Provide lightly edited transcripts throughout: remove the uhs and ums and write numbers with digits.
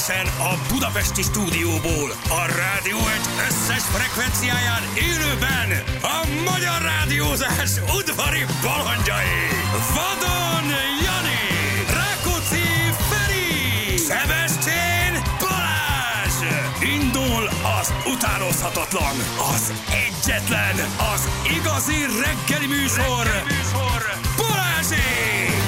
Élőben a budapesti stúdióból, a rádió egy összes frekvenciáján élőben a magyar rádiózás udvari balandjai. Vadon Jani, Rákóczi Feri, Szebestén Balázs. Indul az utánozhatatlan, az egyetlen, az igazi reggeli műsor, Balázsék!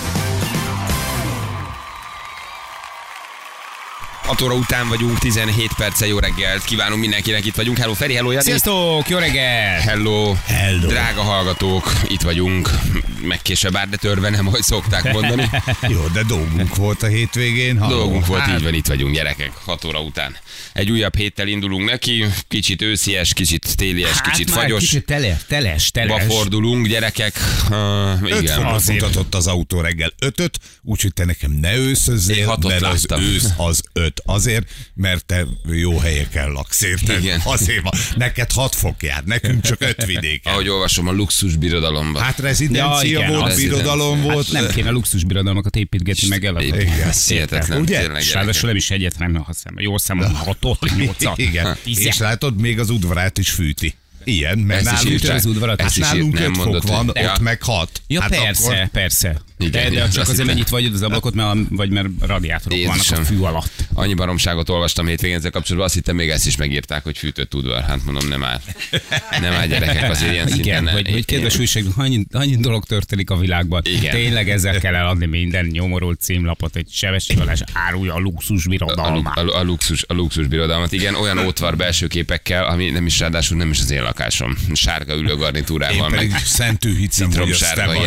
6 óra után vagyunk, 17 perce, jó reggelt kívánunk mindenkinek, itt vagyunk. Hello Feri, hello Jani. Sziasztok, jó reggel! Hello, drága hallgatók, itt vagyunk, megkésve bár, de törve nem, ahogy szokták mondani. Jó, de dolgunk volt a hétvégén. Dolgunk volt, így van, itt vagyunk, gyerekek, 6 óra után. Egy újabb héttel indulunk neki, kicsit őszies, kicsit télies, kicsit fagyos. Kicsit teles. Fordulunk, gyerekek. 5 fokot mutatott az autó reggel, 5-öt, úgyhogy te nekem ne őszözzél, mert az ősz az 5. Azért, mert te jó helyeken laksz, érted? Igen. Azért van. Neked 6 fok jár, nekünk csak 5 vidéken. Ahogy olvasom a luxus birodalomban. Hát rezidencia volt, birodalom volt. Nem kéne luxus birodalmakat építgetni, meg eladni. Hihetetlen, tényleg. Ráadásul nem is egyet, nem hiszem. Jól számolom, 6-8-at. Igen. És látod, még az udvarát is fűti. Ilyen, mert nálunk 5 fok van, ott meg 6. Ja, hát persze. Igen, de csak azért mennyit vagy az ablakot, vagy mert radiátorok vannak a fű alatt. Annyi baromságot olvastam hétvégén ezzel kapcsolatban, azt hittem még ezt is megírták, hogy fűtött udvar. Hát mondom, nem áll gyerekek azért ilyen szinten. Igen, hogy kedves újságok, annyi dolog történik a világban. Igen. Tényleg ezzel kell eladni minden nyomorult címlapot, egy Sebessy Balázs árulja a luxus birodalmát. A luxus birodalmat, igen, olyan ótvar belső képekkel, ami nem is ráadásul nem is az én lakásom. Sárga ülőgarnitúrával, meg szentű hiszem, hogy sárga.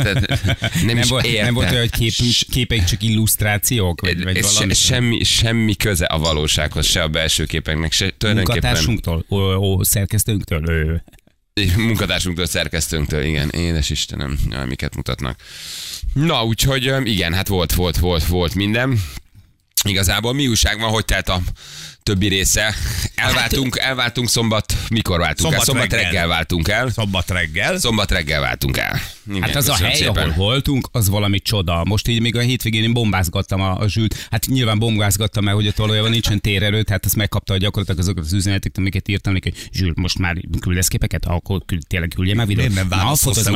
Nem volt olyan, hogy képek csak illusztrációk? Vagy semmi köze a valósághoz, se a belső képeknek, se tulajdonképpen. Munkatársunktól? Szerkesztőnktől? Munkatársunktól, szerkesztőnktől, igen. Édes Istenem, miket mutatnak. Na, úgyhogy igen, hát volt minden. Igazából mi újság van, hogy telt a többi része? Elváltunk mikor váltunk el? Szombat reggel váltunk el. Szombat reggel váltunk el. Igen, hát az a hely, szépen. Ahol voltunk, az valami csoda. Most így még a hétvégén én bombázgattam a Zsült. Hát nyilván bombázgattam, mert hogy ott valójában nincsen térerő, tehát azt megkapta gyakorlatilag azokat az üzeneteket, amiket írtam neki, hogy Zsült, most már küldesz képeket, akkor tényleg küldje már videót. Miért nem válaszolsz?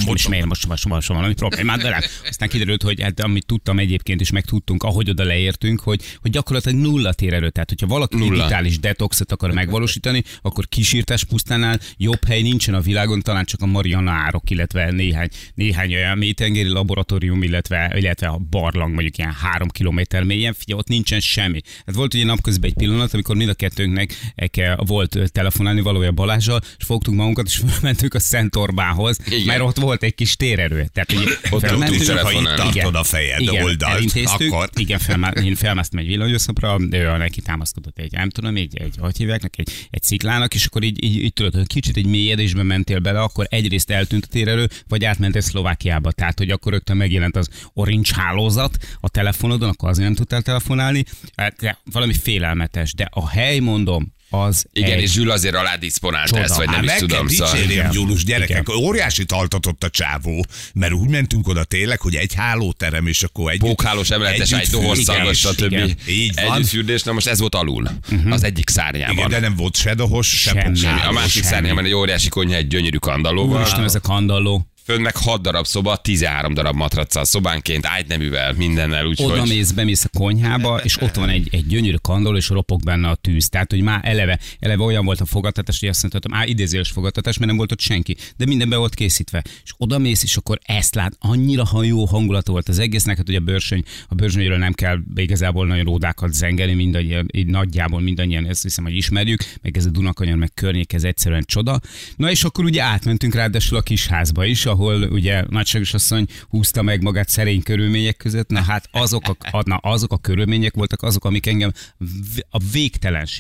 Most valami problémát velem. Aztán kiderült, hogy hát, amit tudtam egyébként is megtudtunk, ahogy oda leértünk, hogy gyakorlatilag nulla térerő. Tehát, hogyha valaki digitális detoxot akar megvalósítani, akkor Kisírtás pusztánál jobb hely nincsen a világon, talán csak a Mariana árok, illetve néhány olyan mélytengeri laboratórium, illetve a barlang mondjuk ilyen 3 kilométer mélyen, figyelj, ott nincsen semmi. Hát volt ugye napközben egy pillanat, amikor mind a kettőnknek volt telefonálni valójában Balázsral, és fogtuk magunkat, és felmentünk a Szent Orbánhoz, mert ott volt egy kis térerő. Tehát ugye ha itt tartod a fejed oldalt, akkor... Igen, én felmásztam egy villanyőszapra, ő neki támaszkodott hogy hívják neki, egy sziklának, és akkor így tudod, hogy kicsit egy mélyedésben mentél bele, akkor egyrészt eltűnt a térerő, vagy átmentél Szlovákiába. Tehát, hogy akkor rögtön megjelent az Orange hálózat a telefonodon, akkor azért nem tudtál telefonálni. Valami félelmetes, de a hely, mondom, az igen, és Zsül azért aládisponált ezt, vagy nem is tudom. Dicsérjem, Gyulus, gyerekek, óriásit altatott a csávó, mert úgy mentünk oda tényleg, hogy egy hálóterem, és akkor egy pókhálós emeletes, egy dohorszagos, stb. Együtt fürdés, na most ez volt alul, az egyik szárnyában. Igen, de nem volt se dohos, se semmi. A másik szárnyában egy óriási konyha, egy gyönyörű kandallóval. Úristen, ez a kandalló. Fönn meg 6 darab szoba, 13 darab matraccal szobánként, ágyneművel, mindennel. Oda bemész a konyhába, és ott van egy gyönyörű kandalló, és ropog benne a tűz. Tehát, hogy már eleve olyan volt a fogadtatás, hogy azt mondtam, idézős fogadtatás, mert nem volt ott senki, de minden be volt készítve. És odamész, és akkor ezt lát, annyira jó hangulata volt az egésznek, hát, hogy a Börzsönyről nem kell igazából nagyon ródákat zengeni, nagyjából mindannyian ezt hiszem, hogy ismerjük, meg ez a Dunakanyar, meg környék, ez egyszerűen csoda. Na és akkor ugye átmentünk ráadásul a kisházba is, ahol ugye nagyságos asszony húzta meg magát szerény körülmények között, na hát azok a körülmények voltak azok, amik engem a végtelenségig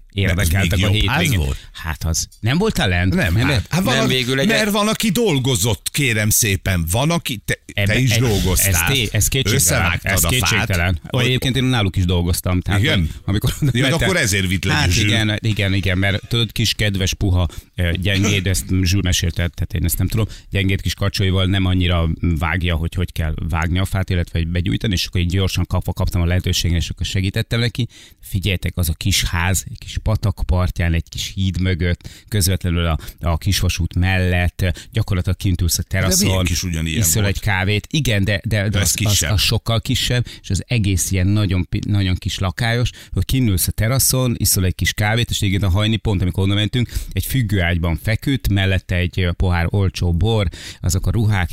érdekeltek a hétvégén. Hát az. Nem voltál lent? Nem, nem végül mert van, aki dolgozott, kérem szépen. Van, aki... Te is dolgoztál. Ez kétségtelen. Egyébként én náluk is dolgoztam. Tehát, igen? Amikor akkor ezért vitt le Zsül. Igen, mert tudod, kis kedves, puha, gyengéd, ezt Zsül mesélte, tehát én ezt nem tudom, gyengéd kis kacsóival nem annyira vágja, hogy kell vágni a fát, illetve begyújtani, és akkor így gyorsan kaptam a lehetőséget, és akkor segítettem neki. Figyeljetek, az a kis ház, egy kis patak partján, egy kis híd mögött, közvetlenül a kisvasút mellett, gyakorlatilag kint ülsz a teraszon, iszol egy kávét. Igen, de az sokkal kisebb, és az egész ilyen nagyon, nagyon kis lakályos, hogy kint ülsz a teraszon, iszol egy kis kávét, és igen, a Hajni pont, amikor oda mentünk, egy függőágyban feküdt, mellette egy pohár olcsó bor, azok a ruhák,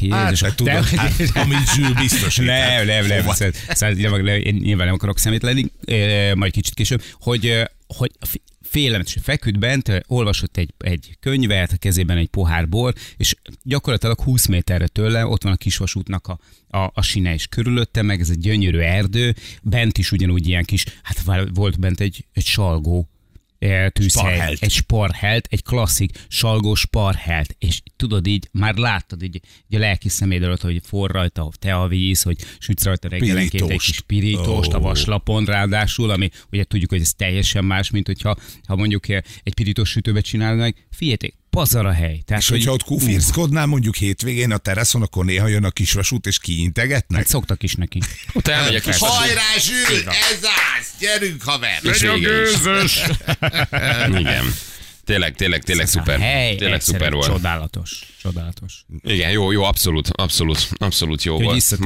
amit Zsül biztos. Nem. Szóval nyilván nem akarok szemét lenni, majd kicsit később, hogy félelmetes, feküdt bent, olvasott egy könyvet, a kezében egy pohár bor, és gyakorlatilag 20 méterre tőle ott van a kisvasútnak a sine is körülötte, meg ez egy gyönyörű erdő, bent is ugyanúgy ilyen kis, hát volt bent egy salgó, tűzhely, egy sparhelt, egy klasszik salgó sparhelt, és tudod így, már láttad így a lelki szeméd előtt, hogy forr rajta a teavíz, hogy sütsz rajta reggelenként egy kis pirítóst a vaslapon ráadásul, ami ugye tudjuk, hogy ez teljesen más, mint hogyha mondjuk egy pirítós sütőbe csinálnak. Figyeljetek, pazar a hely. Tehát, és hogyha ott kufirszkodnál mondjuk hétvégén a teraszon, akkor néha jön a kisvasút és kiintegetnek? Hát szoktak is neki. Ott elmegy a kisvasút. Hajrá, Zsül, ez az! Gyerünk, haver! És gőzös! Igen. Tényleg szuper. Tényleg szuper volt. Csodálatos. Igen, jó, abszolút jó volt.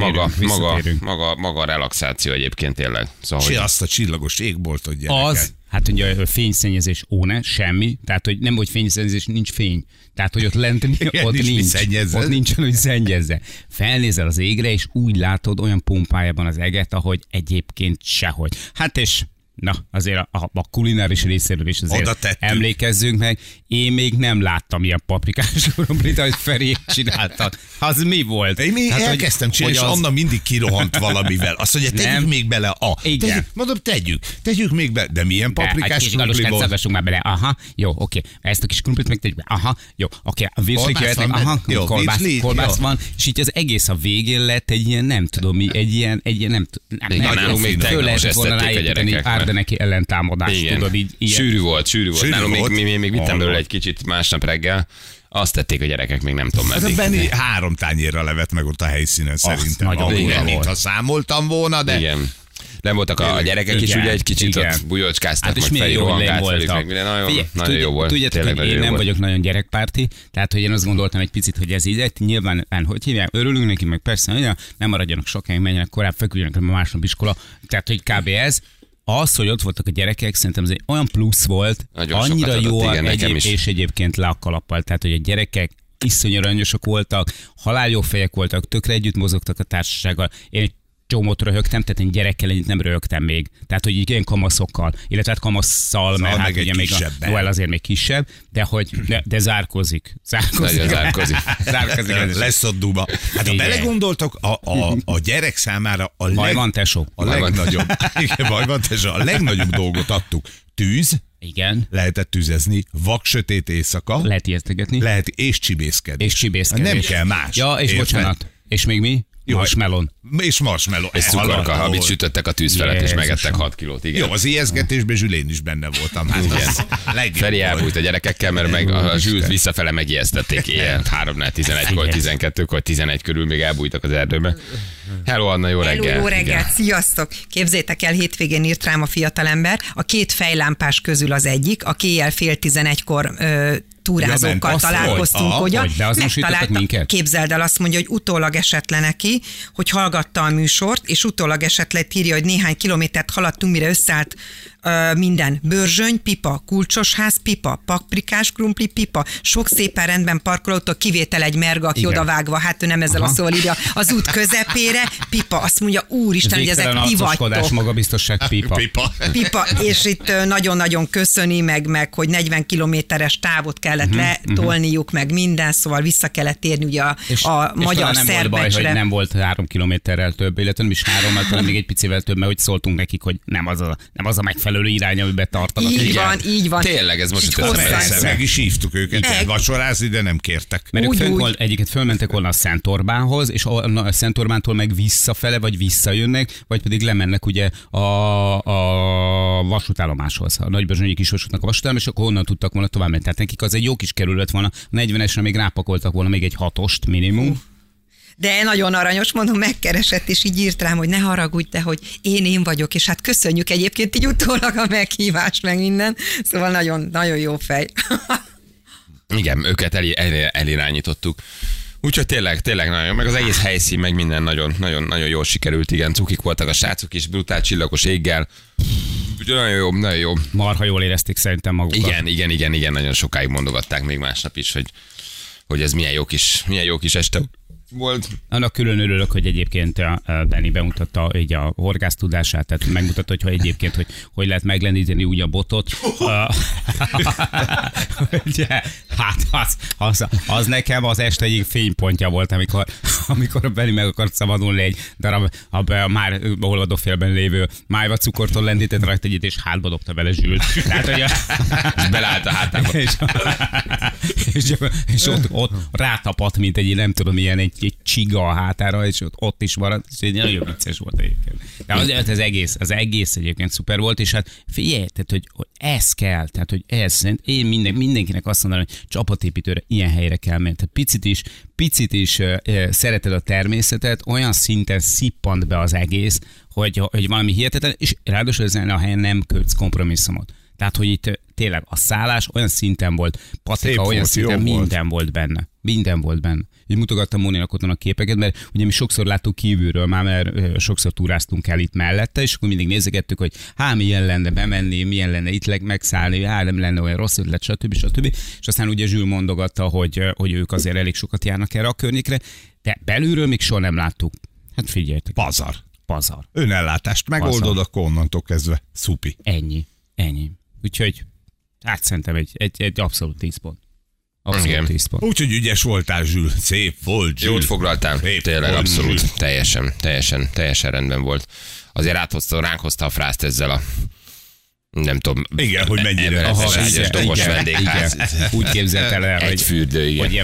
Maga a relaxáció egyébként tényleg. Szóval, és azt a csillagos égboltot, gyerekek. Az, hát ugye a fényszennyezés semmi, tehát hogy nem, hogy fényszennyezés, nincs fény. Tehát, hogy ott lent ott nincsen, hogy szennyezze. Felnézel az égre, és úgy látod olyan pumpájában az eget, ahogy egyébként sehogy. Hát és na, azért a kulináris részéről is azért emlékezzünk meg. Én még nem láttam ilyen paprikás krumplit, ahogy Feri csináltad. Az mi volt? Én elkezdtem csinálni, és Anna mindig kirohant valamivel. Azt mondja, tegyük még bele mondom, tegyük még bele. De milyen paprikás krumpli volt? Már bele. Aha, jó, oké. Ezt a kis krumplit meg tegyük bele. Aha, jó, oké. A virslik jöhetnek, aha, kolbász van. És így az egész a végén lett egy ilyen, nem tudom mi, egy ilyen nem föl lehetett volna ráépíteni neki ellentámadást, tudod így. Sűrű volt. Nálunk még vittem belőle egy kicsit másnap reggel. Azt tették a gyerekek, még nem tudom meddig. Hát a Benni 3 tányérra levett meg ott a helyszínen szerintem. Nagyon mintha számoltam volna, de... Igen. Nem voltak a gyerekek is, ugye egy kicsit ott bujócskáztak, meg Feri rohangált velük, meg minden. Nagyon jó volt. Tudjátok, hogy én nem vagyok nagyon gyerekpárti, tehát hogy én azt gondoltam egy picit, hogy ez így, nyilván, hogy hívják, örülünk neki, meg persze, hogy nem maradjanak sokáig, menjenek korább, feküdjenek a másnap iskola, tehát hogy kb. Ez. Az, hogy ott voltak a gyerekek, szerintem ez egy olyan plusz volt, nagyon annyira jó és egyébként le a kalappal. Tehát, hogy a gyerekek iszonyú aranyosak voltak, haláljók fejek voltak, tökre együtt mozogtak a társasággal. Én egy csomót röhögtem, tehát én gyerekkel együtt nem röhögtem még. Tehát, hogy ilyen kamaszokkal, illetve kamasszal, mert hát ugye még a Noel azért még kisebb, de zárkozik. Nagyon zárkozik. Lesz ott duba. Hát ha belegondoltok, a gyerek számára baj van, tesó. A legnagyobb dolgot adtuk. Tűz. Igen. Lehetett tüzezni, vaksötét éjszaka. Lehet ijesztgetni. És csibészkedés. Nem kell más. Ja, és bocsánat. És még mi? Marshmallow. És marshmallow. És cukorka, amit sütöttek a tűz felett, és megettek 6 kilót. Igen. Jó, az ijesztgetésben Zsülén is benne voltam. Hát Feri elbújt a gyerekekkel, mert meg a Zsült visszafele megijesztették éjjel 3-nál 11-kor, 12-kor, 11 körül még elbújtak az erdőbe. Hello Anna, jó reggel. Jó reggel, sziasztok. Képzétek el, hétvégén írt rám a fiatalember, a 2 fejlámpás közül az egyik, aki éjjel fél 11-kor túrázókkal találkoztunk, ugye? Megtaláltak, képzeld el, azt mondja, hogy utólag esett le neki, hogy hallgatta a műsort, és utólag esett le, írja, hogy néhány kilométert haladtunk, mire összeállt minden. Bőrzsöny, pipa, kulcsosház, pipa, paprikás krumpli, pipa, sok szépen rendben parkolótól, kivétel egy merga, aki odavágva, hát ő nem ezzel a szóval írja, az út közepére, pipa, azt mondja, úristen, hogy ezek ti vagytok. Magabiztosság, pipa. Pipa, és itt nagyon-nagyon köszöni, meg hogy 40 kilométeres távot kellett letolniuk, meg minden, szóval vissza kellett térni ugye a magyar szerbecsre. Nem volt baj, hogy nem volt 3 kilométerrel több, illetve nem is 3, hanem még egy picivel több, mert hogy szóltunk nekik, hogy nem az a megfelelő megfelelő irány, amiben tartanak. Így van. Tényleg, ez most Persze, meg is hívtuk őket vacsorázni, de nem kértek. Mert ők egyiket fölmentek volna a Szent Orbánhoz, és a Szent Orbántól meg visszafele, vagy visszajönnek, vagy pedig lemennek ugye a vasútállomáshoz, a Nagyberzsonyi Kisvasútnak a vasútállomás, és akkor onnan tudtak volna tovább menni. Tehát nekik az egy jó kis kerület volna, a 40-esre még rápakoltak volna még egy 6-ost minimum. De nagyon aranyos, mondom, megkeresett, és így írt rám, hogy ne haragudj, de hogy én vagyok, és hát köszönjük egyébként így utólag a meghívást, meg minden. Szóval nagyon, nagyon jó fej. Igen, őket elirányítottuk. Úgyhogy tényleg nagyon, meg az egész helyszín, meg minden nagyon jól sikerült, igen, cukik voltak a srácok is, brutál csillagos éggel. Úgyhogy nagyon jó. Marha jól érezték szerintem magukat. Igen, nagyon sokáig mondogatták még másnap is, hogy ez milyen jó kis este volt. Annak külön örülök, hogy egyébként a Benni bemutatta így a horgász tudását, tehát megmutatta, hogy egyébként, hogy lehet meglendíteni úgy a botot. Hát az nekem az este egyik fénypontja volt, amikor a Benni meg akart szabadulni egy darab már olvadófélben lévő májva cukortól lendített rajta egyet, és hátba dobta vele Zsült. Tehát, hogy belállt a hátába. És ott rátapadt, mint egy, nem tudom, ilyen egy csiga a hátára, és ott is maradt, és egy nagyon vicces volt egyébként. De az egész egyébként szuper volt, és hát figyelj, tehát, hogy ez kell, tehát, hogy ez, én mindenkinek azt mondanám, hogy csapatépítőre ilyen helyre kell menni. Tehát picit is szereted a természetet, olyan szinten szippant be az egész, hogy valami hihetetlen, és ráadásul ezen a helyen nem kötsz kompromisszumot. Tehát, hogy itt tényleg a szállás olyan szinten volt, patika olyan szinten, minden volt benne. Minden volt benne. Így mutogattam Móninak otthon a képeket, mert ugye mi sokszor láttuk kívülről már, mert sokszor túráztunk el itt mellette, és akkor mindig nézegettük, hogy milyen lenne bemenni, milyen lenne itt megszállni, nem lenne olyan rossz ötlet, stb. És aztán ugye Zsül mondogatta, hogy ők azért elég sokat járnak erre a környékre, de belülről még soha nem láttuk. Hát figyeljetek. Pazar. Önellátást megoldod, akkor onnantól kezdve szupi. Ennyi. Úgyhogy hát szerintem egy abszolút 10 pont. Abszolút 10 pont. Úgyhogy ügyes voltál, Zsül. Szép volt, Zsül. Jót foglaltál. Tényleg abszolút. Zsül. Teljesen rendben volt. Azért ránk hozta a frászt ezzel a nem tudom. Igen, hogy mennyire ágyas dobos vendégház. Úgy képzelt el, egy fürdő, igen.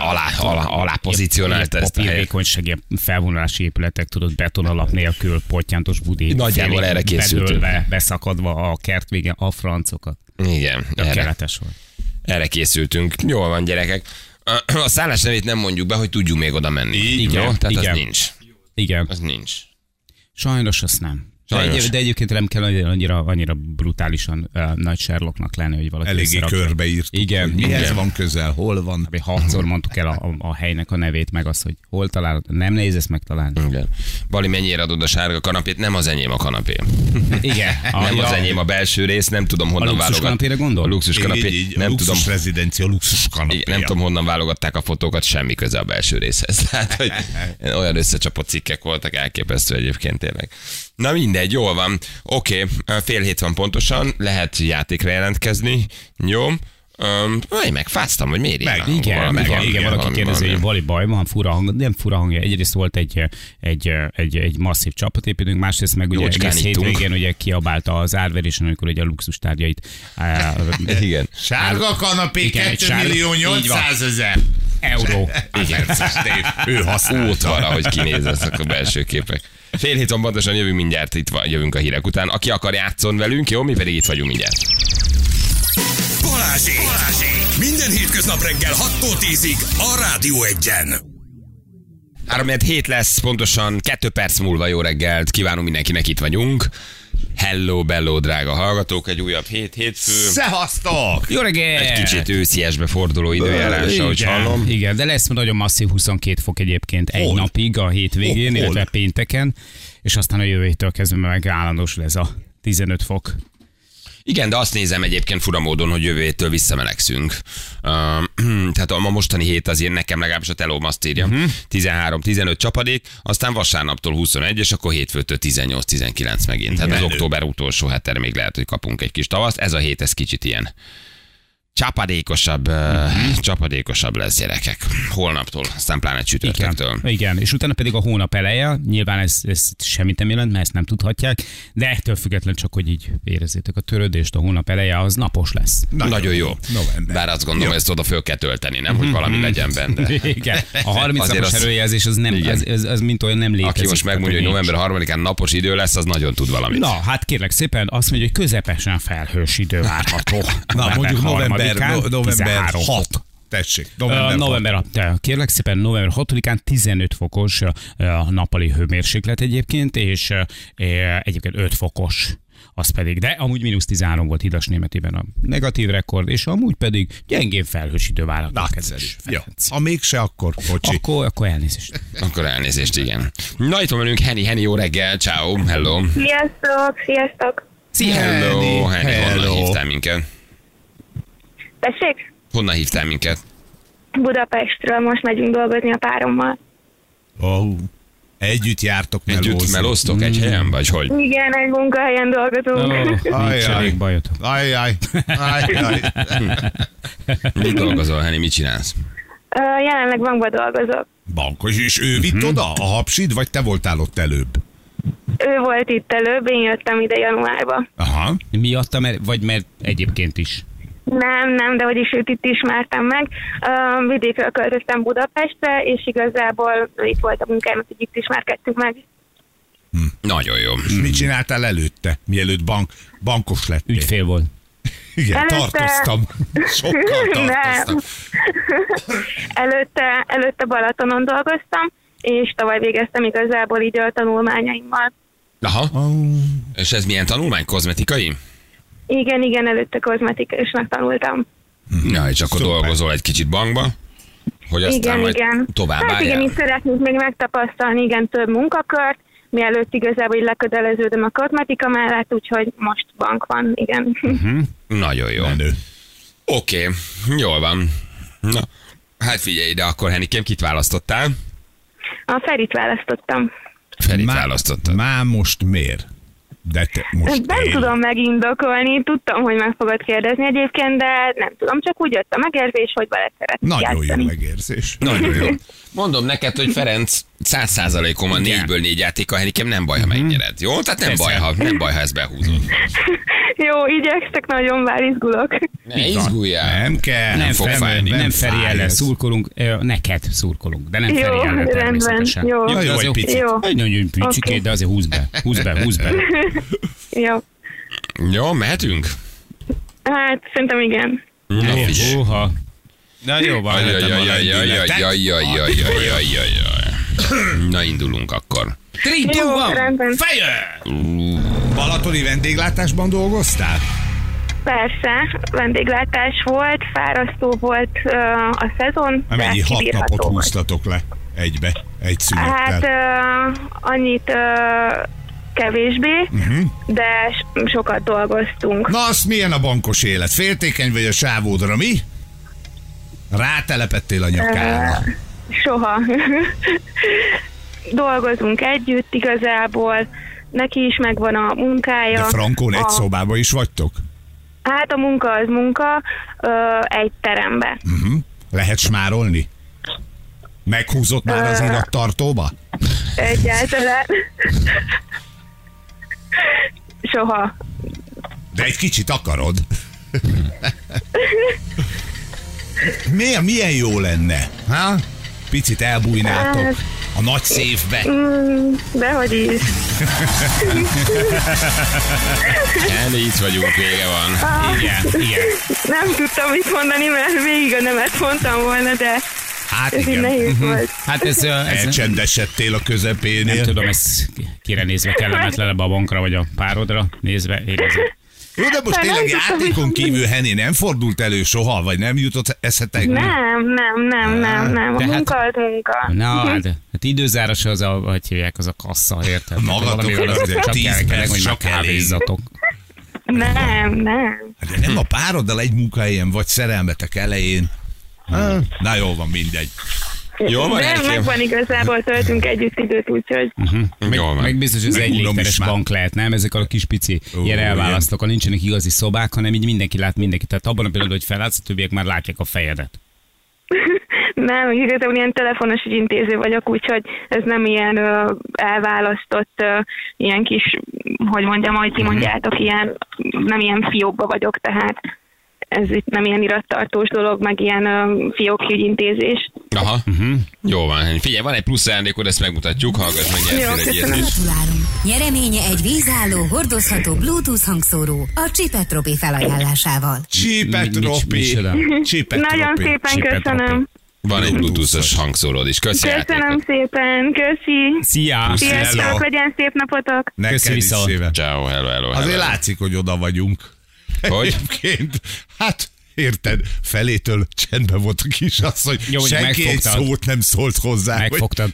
Alá pozícionált ezt. Papírvékonyság, ilyen felvonulási épületek, tudod, betonalap nélkül, pottyántos budi. Nagyjából erre készültünk. Beszakadva a kert végén a francokat. Igen. Kelletes volt. Erre készültünk. Jól van, gyerekek. A szállás nevét nem mondjuk be, hogy tudjunk még oda menni. Igen, jó? Tehát igen. az nincs. Igen. Az nincs. Sajnos azt nem. De egyébként nem kell annyira brutálisan nagy Sherlocknak lenni, hogy valaki eléggé körbeírtuk, igen, hogy mihez van közel, hol van. 6-szor mondtuk el a helynek a nevét, meg azt, hogy hol találod. Nem nehéz ezt megtalálni. Igen. Bali, mennyire adod a sárga kanapét? Nem az enyém a kanapé. Igen. Nem az enyém a belső rész, nem tudom honnan válogatták. A luxus kanapére gondol? A luxus kanapé. Nem tudom. Rezidencia, luxus kanapé. Nem tudom honnan válogatták a fotókat, semmi köze a belső részhez. Tehát, hogy olyan összecsapott cikkek voltak, elképesztő egyébként tényleg. Na mindegy, jól van. Oké, 6:30 van pontosan, lehet játékra jelentkezni. Jó. Én megfáztam, hogy miért ilyen. Igen, valaki kérdezi, hogy Bali baj van, fura hang, nem fura hangja. Egyrészt volt egy masszív csapatépítünk, másrészt meg ugye egész hétvégén ugye kiabálta az árverésen, amikor ugye a luxus tárgyait. Igen. Sárga kanapé, 2.800.000 euró. Igen. Ő használt valahogy kinéz ezek a belső képek. 6:30 van pontosan, jövünk mindjárt, jövünk a hírek után. Aki akar, játszon velünk, jó? Mi pedig itt vagyunk mindjárt. Balázsék! Minden hétköznap reggel 6-tól 10-ig a Rádió 1-en. 3:07 lesz, pontosan 2 perc múlva jó reggelt. Kívánunk mindenkinek, itt vagyunk. Hello, bello, drága hallgatók, egy újabb hétfő. Szevasztok! Jó reggel! Egy kicsit ősziesbe forduló időjárás, ahogy hallom. Igen, de lesz nagyon masszív 22 fok egyébként egy napig a hétvégén, illetve pénteken, és aztán a jövő héttől kezdve meg állandós lesz a 15 fok. Igen, de azt nézem egyébként fura módon, hogy jövő héttől visszamelegszünk. Tehát a mostani hét azért nekem legalábbis a telóm azt írja. 13-15 csapadék, aztán vasárnaptól 21, és akkor hétfőtől 18-19 megint. Tehát az október utolsó hetere még lehet, hogy kapunk egy kis tavaszt. Ez a hét, ez kicsit ilyen Csapadékosabb lesz, gyerekek. Holnaptól, aztán pláne csütörtöktől. Igen, és utána pedig a hónap eleje, nyilván ez semmit nem jelent, mert ezt nem tudhatják, de ettől független csak, hogy így érezzétek a törődést, a hónap eleje az napos lesz. Nagyon jó. November. Bár azt gondolom, ezt oda föl kell tölteni, nem, hogy valami legyen benne. Igen. A 30 napos előjelzés az nem, az mint olyan nem létezik. Aki most megmondja, hogy november 3-án napos idő lesz, az nagyon tud valamit. Na, hát kérlek szépen, azt mondja, hogy közepesen felhős idő várható. Na, mondjuk november 6. Tessék, november 6. Kérlek szépen, november 6-án 15 fokos a nappali hőmérséklet egyébként, és egyébként 5 fokos. Az pedig, de amúgy -13 volt Hidas-Németiben a negatív rekord, és amúgy pedig gyengén felhős idő várható. Jó. Ha mégse, akkor bocsi. Akkor elnézést. Akkor elnézést, igen. Na, itt van velünk Henny, jó reggel, ciao, hello. Sziasztok. Szia, hello, Henny, honnan hívtál minket? Tessék? Honnan hívtál minket? Budapestről, most megyünk dolgozni a párommal. Együtt jártok melózni. Együtt melóztok egy helyen, vagy hogy? Igen, egy munkahelyen dolgozunk. Nincs bajotok. Ajjaj. Mit dolgozol, Henny, mit csinálsz? Jelenleg bankban dolgozok. Bankos, és ő vitt oda a hapsid, vagy te voltál ott előbb? Ő volt itt előbb, én jöttem ide januárba. Aha. Miatta, vagy mert egyébként is? Nem, de vagyis őt itt ismertem meg. Vidékről költöztem Budapestre, és igazából itt volt a munkámat, hogy itt ismerkedtünk meg. Nagyon jó. És mit csináltál előtte, mielőtt bankos lettél? Ügyfél volt. Igen, Előtte... tartoztam. Sokkal tartoztam. Előtte Balatonon dolgoztam, és tavaly végeztem igazából így a tanulmányaimmal. Aha. És ez milyen tanulmány? Kozmetikai? Igen, előtte kozmetikusnak tanultam. Ja, és akkor dolgozol egy kicsit bankba, hogy aztán majd tovább Hát igen, így szeretnék még megtapasztalni, több munkakört, mielőtt igazából így leköteleződöm a kozmetika mellett, úgyhogy most bank van, igen. Nagyon jó. Oké, jól van. Na, hát figyelj ide, akkor Hennikém, kit választottál? A Ferit választottam. Ferit választottad. Már most miért? De te most nem tudom megindokolni, tudtam, hogy meg fogod kérdezni egyébként, de nem tudom, csak úgy jött a megérzés, hogy vele szeretnék nagyon játszani. Jó megérzés. Nagyon jó. Mondom neked, hogy Ferenc 100%-on van 4-ből 4 játéka, Hennikem, nem baj, ha megnyered. Jó? Tehát nem baj, ha ezt behúzod. Jó, igyeksztek, nagyon bár izgulok. Ne izguljál. Nem kell. Nem fog fájni. Nem Feri ellen szurkolunk, neked szurkolunk, de nem Feri ellen természetesen. Jó, egy picit. Egy nagyon picikét, de azért húzd be. Jó. Jó, mehetünk? Hát, szerintem igen. Na, figyelj. Na jó, van. Na, indulunk akkor. 3, 2, 1, fire! Balatoni vendéglátásban dolgoztál? Persze, vendéglátás volt, fárasztó volt a szezon. Mennyi 6 napot húztatok le egybe, egy szünettel? Hát annyit kevésbé, de sokat dolgoztunk. Na, azt milyen a bankos élet? Féltékeny vagy a sávódra, mi? Rátelepettél a nyakára? Soha. Dolgozunk együtt igazából, neki is megvan a munkája. De frankón egy szobában is vagytok? Hát a munka az munka, egy terembe. Lehet smárolni? Meghúzott már az irattartóba? Egyáltalán. Soha. De egy kicsit akarod. Milyen jó lenne? Ha? Picit elbújnátok a nagy széfbe. Dehogy is. Itt vagyunk, vége van. Igen. Nem tudtam mit mondani, mert végig a nemet mondtam volna, de hát ez így nehéz volt. Hát ez elcsendesedtél a közepénél. Nem tudom, ez kire nézve kellemetlenebb a bankra, vagy a párodra nézve érezni. Jó, de most tényleg játékon kívül, Henny, nem fordult elő soha, vagy nem jutott eszetek? Nem. A munka az munka. Na, hát időzáros az hogy hívják, az a kassa, érted? Magatokon azért 10 perc csak kávézzatok. Nem. De nem a pároddal egy munkahelyen vagy szerelmetek elején. Na jó van, mindegy. Jól van, de megvan igazából, töltünk együtt időt, úgyhogy... Meg biztos, hogy ez egy légteres bank lehet, nem? Ezek a kis pici ilyen elválasztók, nincsenek igazi szobák, hanem így mindenki lát mindenkit. Tehát abban a pillanatban, hogy felállsz, a többiek már látják a fejedet. Nem, igazából ilyen telefonos ügyintéző vagyok, úgyhogy ez nem ilyen elválasztott, ilyen kis, hogy mondjam, ahogy ti mondjátok, ilyen, nem ilyen fiókba vagyok, tehát ez itt nem ilyen irattartós dolog, meg ilyen fiókügyintézés. Aha, jó van. Figyelj, van egy plusz ajándékod, ezt megmutatjuk, hallgass meg, nyertél egy ilyet is. Nyereménye egy vízálló, hordozható Bluetooth hangszóró a Csipetropi felajánlásával. Csipetropi. Nagyon szépen köszönöm. Van egy bluetooth-os hangszóród is. Köszönöm szépen, köszi. Szia! Sziasztok, legyen szép napotok. Neked is szépen. Ciao, hello. Azért látszik, hogy oda vagyunk. Hogy? Egyébként, hát érted, felétől csendben volt a kisasszony, senki egy szót nem szólt hozzá. Megfogtad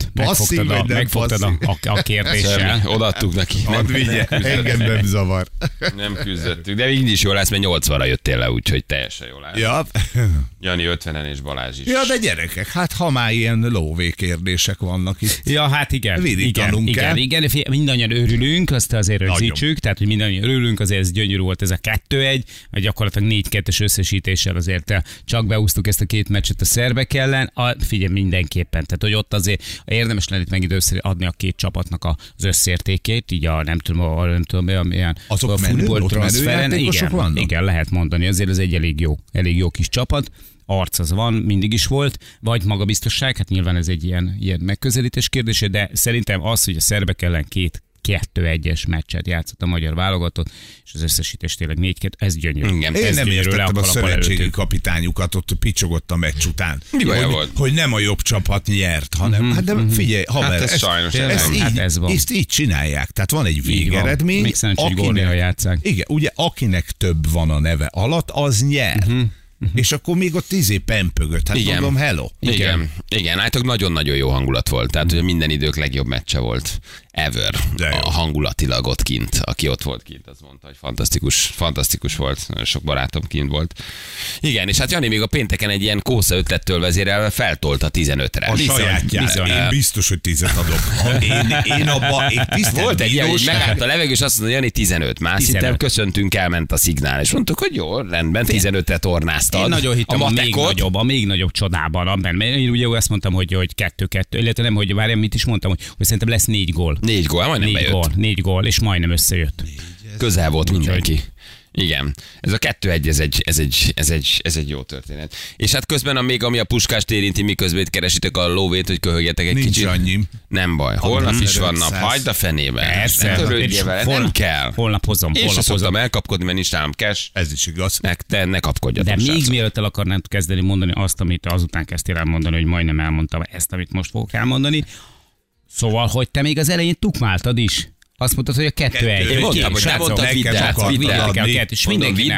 a kérdéssel. Odaadtuk neki. Hadd vigye, engem nem zavar. Nem küzdöttük, de így is jól lesz, mert 80-ra jöttél le, úgyhogy teljesen jól áll. Ja. Jani 50-en és Balázs is. Ja, de gyerekek, hát ha már ilyen lóvé kérdések vannak itt. Ja, hát igen. Igen, mindannyian örülünk, azt azért rögzítsük, tehát hogy mindannyian örülünk, azért ez gyönyörű volt ez a 2-1, vagy gyakorlatilag 4-2-es összesítéssel azért csak beúztuk ezt a két meccset a szerbek ellen. Figyelj, mindenképpen, tehát hogy ott azért érdemes lenne itt megint adni a két csapatnak az összértékét, így a nem tudom milyen a futballtranszferen. Igen, lehet mondani, azért ez egy elég jó kis csapat. Arc az van, mindig is volt, vagy magabiztosság, hát nyilván ez egy ilyen megközelítés kérdése, de szerintem az, hogy a szerbek ellen 2-1-es meccset játszott a magyar válogatott, és az összesítés tényleg 4-2, ez gyönyörű. Igen, én nem értettem a szövetségi kapitányukat, ott picsogott a meccs után. Mi baja volt? Hogy nem a jobb csapat nyert, hanem, hát de figyelj, haver, ez sajnos ezt így csinálják. Tehát van egy végeredmény. Még szerencsé, hogy gólnéha játsszák. Igen, ugye akinek több van a neve alatt, az nyer. És akkor még ott pempögött. Hát igen. Mondom, hello. Igen, állítólag nagyon-nagyon jó hangulat volt. Tehát, hogy minden idők legjobb meccse volt ever. A hangulatilag ott kint. Aki ott volt kint, az mondta, hogy fantasztikus volt. Nagyon sok barátom kint volt. Igen, és hát Jani még a pénteken egy ilyen kósza ötlettől vezérelve feltolta 15-re. A sajátját. Én biztos, hogy 10 adok. Én abban, volt egy ilyen, hogy megállt a levegő, és azt mondta, Jani 15. Már szinte köszöntünk, elment a szignál, és mondtuk, hogy jó, rendben, 15-re tornáztad. Én nagyon hittem a még nagyobb csodában, mert én ugye ezt mondtam, hogy 2-2, illetve nem, hogy várjam, mit is mondtam, hogy szerintem lesz 4 gól. 4 gól, majdnem bejött. 4 gól, és majdnem összejött. Közel volt mindenki. Igen, ez a 2-1, ez egy jó történet. És hát közben még ami a Puskást érinti, miközben itt keresitek a lóvét, hogy köhögjetek egy kicsit. Nincs annyim. Nem baj, holnap is van nap, hagyd a fenébe. Persze. Nem kell. Holnap hozom. Én sem szoktam elkapkodni, mert nincs nálam cash. Ez is igaz. Ne kapkodjatok. De még mielőtt el akarnám kezdeni mondani azt, amit azután kezdtél elmondani, hogy majdnem elmondtam ezt, amit most fogok elmondani. Szóval, hogy te még az elején tukmáltad is. Azt mondtad, hogy a 2-1. Én mondtam, hogy nem mondtad, vidd el. És mindenki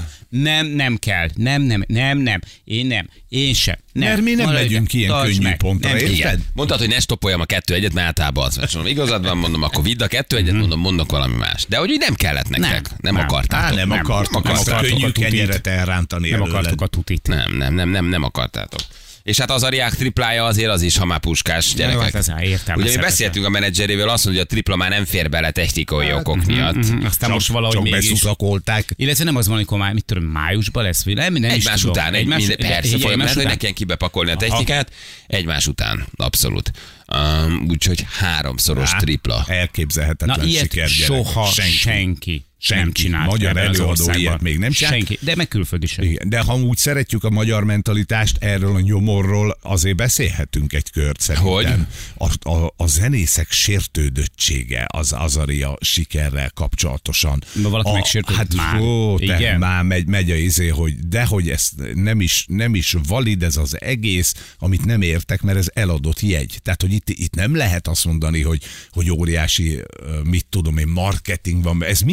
nem kell. Nem. Én sem. Mert mi nem megyünk ilyen könnyű pontra, érted? Mondtad, hogy ne stoppoljam a 2-1-et, mert általában azt mondom, igazad van, mondom, akkor vidd a 2-1-et, mondok valami más. De hogy nem kellett nektek. Nem akartátok. Nem akartuk azt a könnyű kenyeret elrántani előle. Nem akartuk a tutit. Nem akartátok. És hát az a Riák triplája azért az is, ha már Puskás gyerekek. Hát ugye mi beszéltünk a menedzserével, azt mondja, hogy a tripla már nem fér bele technikai okok miatt. Aztán most valahogy mégis. Beszuszakolták. Illetve nem az van, amikor már, mit tudom, májusban lesz, vagy nem egymás után. Persze, folyamatosan, hogy ne kelljen kibepakolni a technikát. Egymás után, abszolút. Úgyhogy 3-szoros tripla. Elképzelhetetlen siker, soha senki nem csinált. Magyar előadó ilyet még nem csinált. Senki, de meg külföldi sem. Igen, de ha úgy szeretjük a magyar mentalitást, erről a nyomorról azért beszélhetünk egy kört szerintem. A zenészek sértődöttsége az Azaria sikerrel kapcsolatosan. De valaki megsértődött már. Igen? Már megy a hogy dehogy ez nem is valid ez az egész, amit nem értek, mert ez eladott jegy. Tehát, hogy itt nem lehet azt mondani, hogy óriási, mit tudom én, marketing van. Ez mindenkinek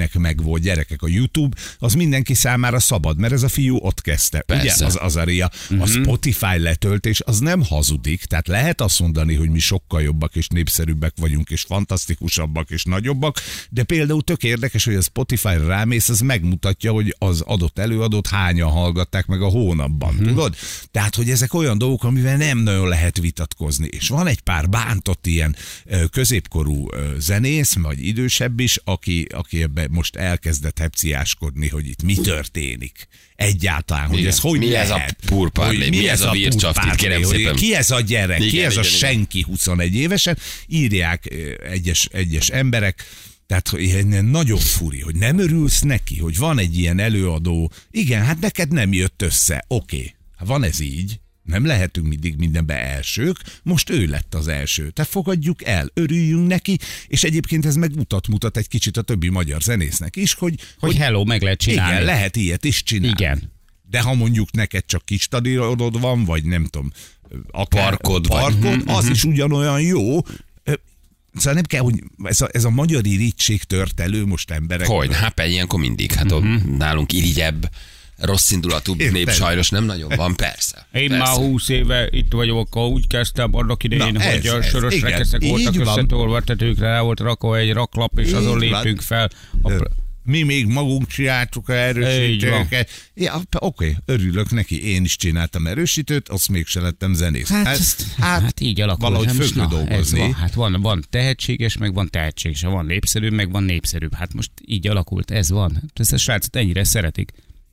mindenkinek megvolt, gyerekek. A YouTube az mindenki számára szabad, mert ez a fiú ott kezdte. Persze. Ugye, az Azaria. A Spotify letöltés az nem hazudik, tehát lehet azt mondani, hogy mi sokkal jobbak és népszerűbbek vagyunk, és fantasztikusabbak és nagyobbak, de például tök érdekes, hogy a Spotify-ra rámész, az megmutatja, hogy az adott előadót hányan hallgatták meg a hónapban, tudod? Tehát, hogy ezek olyan dolgok, amivel nem nagyon lehet vitatkozni. És van egy pár bántott ilyen középkorú zenész, vagy idősebb is, aki ebbe most elkezdett hepciáskodni, hogy itt mi történik. Egyáltalán, hogy ez hogy mi lehet? Ez a purparlé, mi ez a vircsaftit, kérem szépen. Ki ez a gyerek, Igen, ki ez a igen. senki 21 évesen, írják egyes emberek, tehát ilyen nagyon furi, hogy nem örülsz neki, hogy van egy ilyen előadó, igen, hát neked nem jött össze, oké, hát van ez így, nem lehetünk mindig mindenben elsők, most ő lett az első. Tehát fogadjuk el, örüljünk neki, és egyébként ez mutat egy kicsit a többi magyar zenésznek is, Hogy hello, meg lehet csinálni. igen, lehet ilyet is csinálni. Igen. De ha mondjuk neked csak kis stadionod van, vagy nem tudom, akár Parkod, az is ugyanolyan jó. Szóval nem kell, hogy ez a magyar irigység tört elő most emberek. Hogy? Hát ilyenkor mindig. Hát nálunk irigyebb, rosszindulatú nép sajnos nem nagyon van, persze. Én persze. már 20 éve itt vagyok, úgy kezdtem annak idején, Na, hogy a ez, soros igen, rekeszek voltak így van. összetolva, tetőkre rá volt rakva egy raklap, és azon Így van. léptünk fel. Mi még magunk csináltuk a erősítőket. Ja, oké, örülök neki, én is csináltam erősítőt, azt mégsem lettem zenész. Hát így alakul. Valahogy Hát most, föl kell na, ez dolgozni. van. Hát van tehetséges, meg van tehetséges. Van népszerűbb, meg van népszerűbb. Hát most így alakult, ez van. Ezt a srácot ennyire szeretik.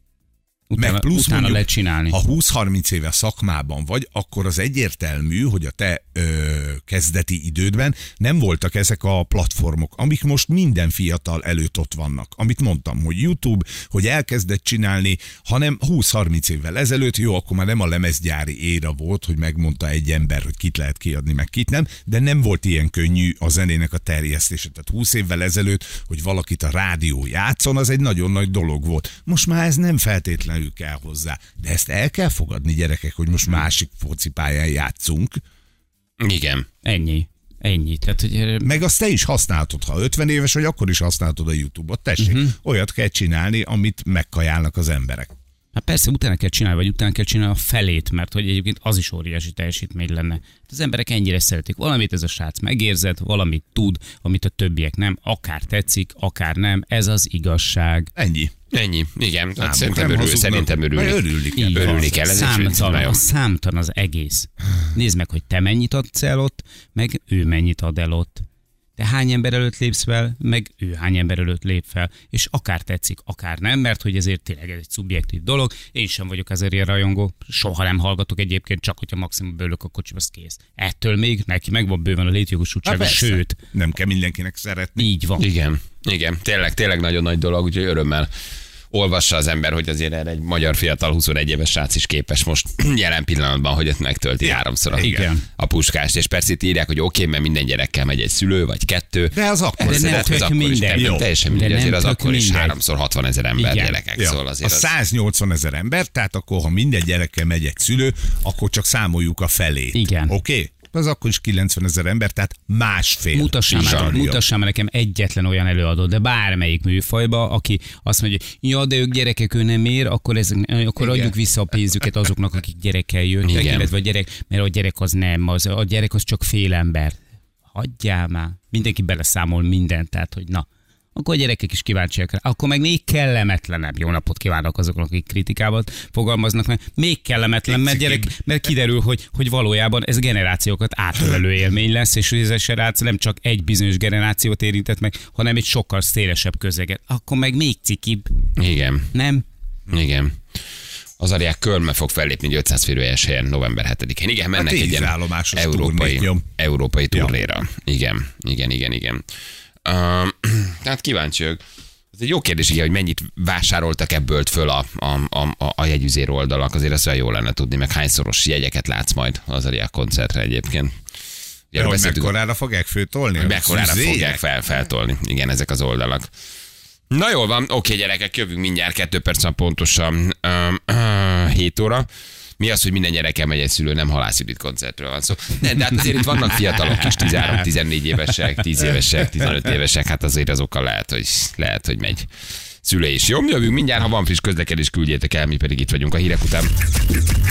Meg plusz utána mondjuk, lehet csinálni. ha 20-30 éve szakmában vagy, akkor az egyértelmű, hogy a te kezdeti idődben nem voltak ezek a platformok, amik most minden fiatal előtt ott vannak. Amit mondtam, hogy YouTube, hogy elkezdett csinálni, hanem 20-30 évvel ezelőtt, jó, akkor már nem a lemezgyári éra volt, hogy megmondta egy ember, hogy kit lehet kiadni, meg kit nem, de nem volt ilyen könnyű a zenének a terjesztése. Tehát 20 évvel ezelőtt, hogy valakit a rádió játszon, az egy nagyon nagy dolog volt. Most már ez nem feltétlenül kell hozzá. De ezt el kell fogadni, gyerekek, hogy most másik focipályán játszunk. Igen. Ennyi. Tehát, hogy Meg azt te is használhatod, ha 50 éves vagy, akkor is használhatod a YouTube-ot. Tessék, olyat kell csinálni, amit megkajálnak az emberek. hát persze utána kell csinálni, vagy utána kell csinálni a felét, mert hogy egyébként az is óriási teljesítmény lenne. Az emberek ennyire szeretik. Valamit ez a srác megérzett, valamit tud, amit a többiek nem. Akár tetszik, akár nem. Ez az igazság. Ennyi. Ennyi, igen. Hát Nem hazudnak. szerintem örülni. Örülni kell. Így Örülni van. kell. Ez egy Számtalan az egész. Nézd meg, hogy te mennyit adsz el ott, meg ő mennyit ad el ott. Te hány ember előtt lépsz fel, meg ő hány ember előtt lép fel, és akár tetszik, akár nem, mert hogy ezért tényleg ez egy szubjektív dolog. Én sem vagyok azért ilyen rajongó, soha nem hallgatok egyébként, csak hogyha maximum bőlök a kocsiba, az kész. Ettől még neki megvan bőven a létjogosultsága, sőt. Nem kell mindenkinek szeretni. Így van. Igen, tényleg nagyon nagy dolog, úgyhogy örömmel olvassa az ember, hogy azért erre egy magyar fiatal 21 éves srác is képes most jelen pillanatban, hogy ezt megtölti háromszor a puskást. És persze itt írják, hogy oké, mert minden gyerekkel megy egy szülő, vagy kettő. De az akkor De nem az tök akkor is, mindegy. nem, teljesen mindegy, De nem azért az tök akkor is mindegy. 3x60 000 ember Igen. gyerekek. Ja. Szóval A azért az... 180 000 ember, tehát akkor, ha minden gyerekkel megy egy szülő, akkor csak számoljuk a felét. Igen. Oké? Az akkor is 90 000 ember, tehát másfél. Mutassál már nekem egyetlen olyan előadó, de bármelyik műfajba, aki azt mondja, hogy ja, de ők gyerekek, ő nem ér, akkor adjuk vissza a pénzüket azoknak, akik gyerekkel jöttek, Igen. illetve mert a gyerek az nem, a gyerek az csak fél ember. Hagyjál már. Mindenki beleszámol mindent, tehát hogy na. Akkor a gyerekek is kíváncsiak rá. Akkor meg még kellemetlenebb. Jó napot kívánok azoknak, akik kritikával fogalmaznak meg. Még kellemetlen, mert kiderül, hogy valójában ez generációkat átölelő élmény lesz, és hogy ez a srác nem csak egy bizonyos generációt érintett meg, hanem egy sokkal szélesebb közeget. Akkor meg még cikibb. Igen. Nem? Igen. Az Ariák Kölnbe fog fellépni egy 500 férőhelyes helyen november 7-én. Igen, mennek egy ilyen európai turnéra. Igen. Tehát kíváncsi vagyok. Ez egy jó kérdés, igen, hogy mennyit vásároltak ebből föl a jegyüzér oldalak. Azért ezt olyan jó lenne tudni, meg hányszoros jegyeket látsz majd az Ariák koncertre egyébként. Ja, hogy mekkorára fogják föltolni? Mekkorára fogják feltolni, igen, ezek az oldalak. Na jól van, oké gyerekek, jövünk mindjárt 2 perc pontosan 7 óra. Mi az, hogy minden gyerekem megy egy szülő, nem Halász Judit koncertről van szó. Nem, de hát azért itt vannak fiatalok is, 13-14 évesek, 10 évesek, 15 évesek, hát azért azokkal lehet, hogy megy szülő is. Jó, jövünk mindjárt, ha van friss közlekedés, küldjétek el, mi pedig itt vagyunk a hírek után.